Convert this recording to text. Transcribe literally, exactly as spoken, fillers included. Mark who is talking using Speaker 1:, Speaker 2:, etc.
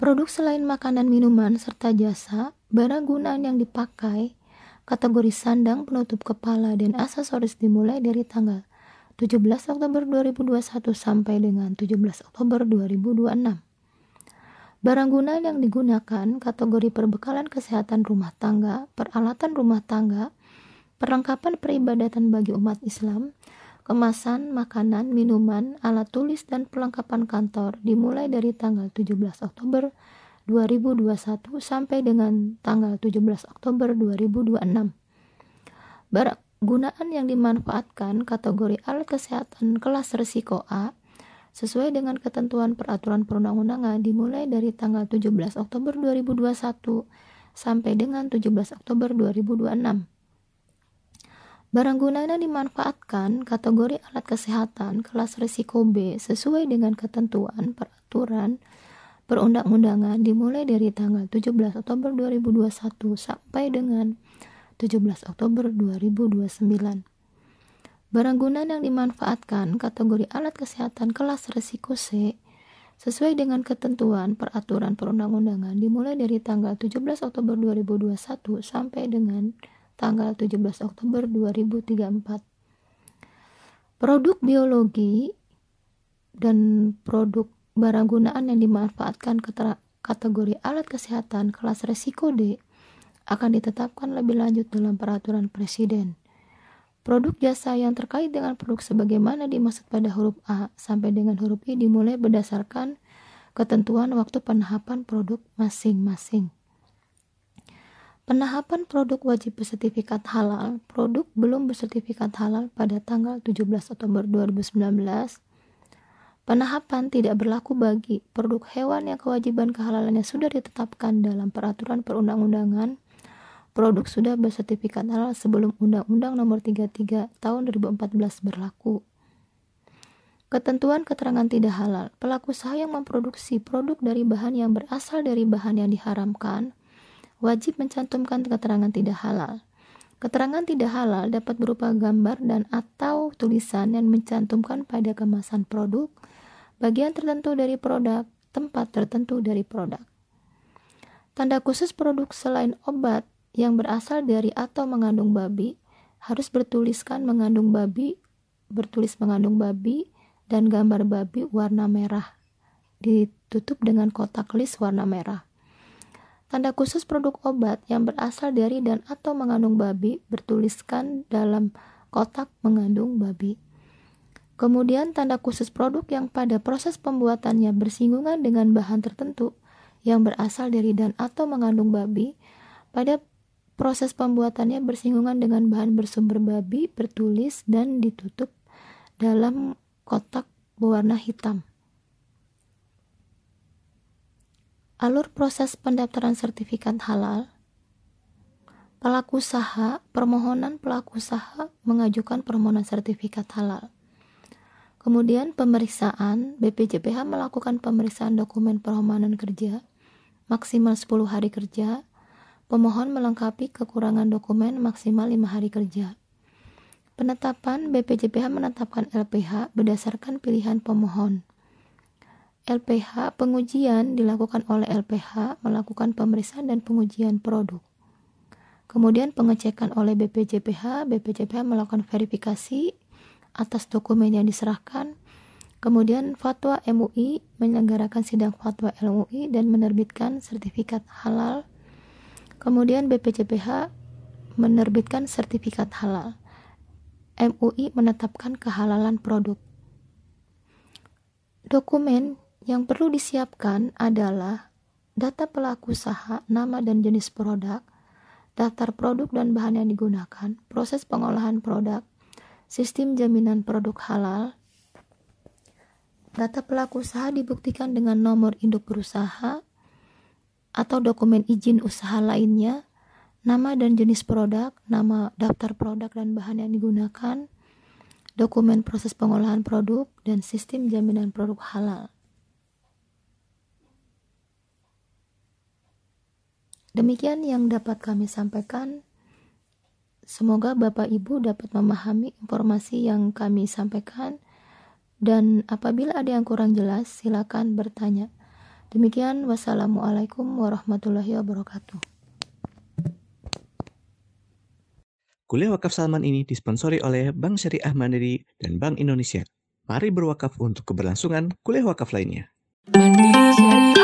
Speaker 1: Produk selain makanan, minuman, serta jasa, barang gunaan yang dipakai, kategori sandang, penutup kepala, dan aksesoris dimulai dari tanggal tujuh belas Oktober dua ribu dua puluh satu sampai dengan tujuh belas Oktober dua ribu dua puluh enam. Barang gunaan yang digunakan, kategori perbekalan kesehatan rumah tangga, peralatan rumah tangga, perlengkapan peribadatan bagi umat Islam, kemasan, makanan, minuman, alat tulis, dan perlengkapan kantor dimulai dari tanggal tujuh belas Oktober dua ribu dua puluh satu sampai dengan tanggal tujuh belas Oktober dua ribu dua puluh enam. Barang gunaan yang dimanfaatkan kategori alat kesehatan kelas risiko A sesuai dengan ketentuan peraturan perundang-undangan dimulai dari tanggal tujuh belas Oktober dua ribu dua puluh satu sampai dengan tujuh belas Oktober dua ribu dua puluh enam. Barang gunaan yang dimanfaatkan kategori alat kesehatan kelas risiko B sesuai dengan ketentuan peraturan perundang-undangan dimulai dari tanggal tujuh belas Oktober dua ribu dua puluh satu sampai dengan tujuh belas Oktober dua ribu dua puluh sembilan. Barang gunaan yang dimanfaatkan kategori alat kesehatan kelas risiko C sesuai dengan ketentuan peraturan perundang-undangan dimulai dari tanggal tujuh belas Oktober dua ribu dua puluh satu sampai dengan tanggal tujuh belas Oktober dua ribu tiga puluh empat. Produk biologi dan produk barang gunaan yang dimanfaatkan kategori alat kesehatan kelas risiko D akan ditetapkan lebih lanjut dalam peraturan Presiden. Produk jasa yang terkait dengan produk sebagaimana dimaksud pada huruf A sampai dengan huruf I dimulai berdasarkan ketentuan waktu penahapan produk masing-masing. Penahapan produk wajib bersertifikat halal, produk belum bersertifikat halal pada tanggal tujuh belas Oktober dua ribu sembilan belas. Penahapan tidak berlaku bagi produk hewan yang kewajiban kehalalannya sudah ditetapkan dalam peraturan perundang-undangan. Produk sudah bersertifikat halal sebelum Undang-Undang Nomor tiga puluh tiga Tahun dua ribu empat belas berlaku. Ketentuan keterangan tidak halal. Pelaku usaha yang memproduksi produk dari bahan yang berasal dari bahan yang diharamkan wajib mencantumkan keterangan tidak halal. Keterangan tidak halal dapat berupa gambar dan atau tulisan yang mencantumkan pada kemasan produk, bagian tertentu dari produk, tempat tertentu dari produk. Tanda khusus produk selain obat yang berasal dari atau mengandung babi harus bertuliskan mengandung babi, bertulis mengandung babi dan gambar babi warna merah, ditutup dengan kotak list warna merah. Tanda khusus produk obat yang berasal dari dan atau mengandung babi bertuliskan dalam kotak mengandung babi. Kemudian tanda khusus produk yang pada proses pembuatannya bersinggungan dengan bahan tertentu yang berasal dari dan atau mengandung babi, pada proses pembuatannya bersinggungan dengan bahan bersumber babi bertulis dan ditutup dalam kotak berwarna hitam. Alur proses pendaftaran sertifikat halal. Pelaku usaha, permohonan pelaku usaha mengajukan permohonan sertifikat halal. Kemudian pemeriksaan, B P J P H melakukan pemeriksaan dokumen permohonan kerja maksimal sepuluh hari kerja. Pemohon melengkapi kekurangan dokumen maksimal lima hari kerja. Penetapan, B P J P H menetapkan L P H berdasarkan pilihan pemohon. L P H pengujian dilakukan oleh L P H melakukan pemeriksaan dan pengujian produk. Kemudian pengecekan oleh B P J P H, B P J P H melakukan verifikasi atas dokumen yang diserahkan. Kemudian fatwa M U I menyelenggarakan sidang fatwa L U I dan menerbitkan sertifikat halal. Kemudian B P J P H menerbitkan sertifikat halal. M U I menetapkan kehalalan produk. Dokumen yang perlu disiapkan adalah data pelaku usaha, nama dan jenis produk, daftar produk dan bahan yang digunakan, proses pengolahan produk, sistem jaminan produk halal. Data pelaku usaha dibuktikan dengan nomor induk berusaha atau dokumen izin usaha lainnya, nama dan jenis produk, nama daftar produk dan bahan yang digunakan, dokumen proses pengolahan produk, dan sistem jaminan produk halal. Demikian yang dapat kami sampaikan. Semoga Bapak Ibu dapat memahami informasi yang kami sampaikan, dan apabila ada yang kurang jelas silakan bertanya. Demikian, wassalamualaikum warahmatullahi wabarakatuh.
Speaker 2: Kuliah Wakaf Salman ini disponsori oleh Bank Syariah Mandiri dan Bank Indonesia. Mari berwakaf untuk keberlangsungan kuliah wakaf lainnya. Mandiri Syariah.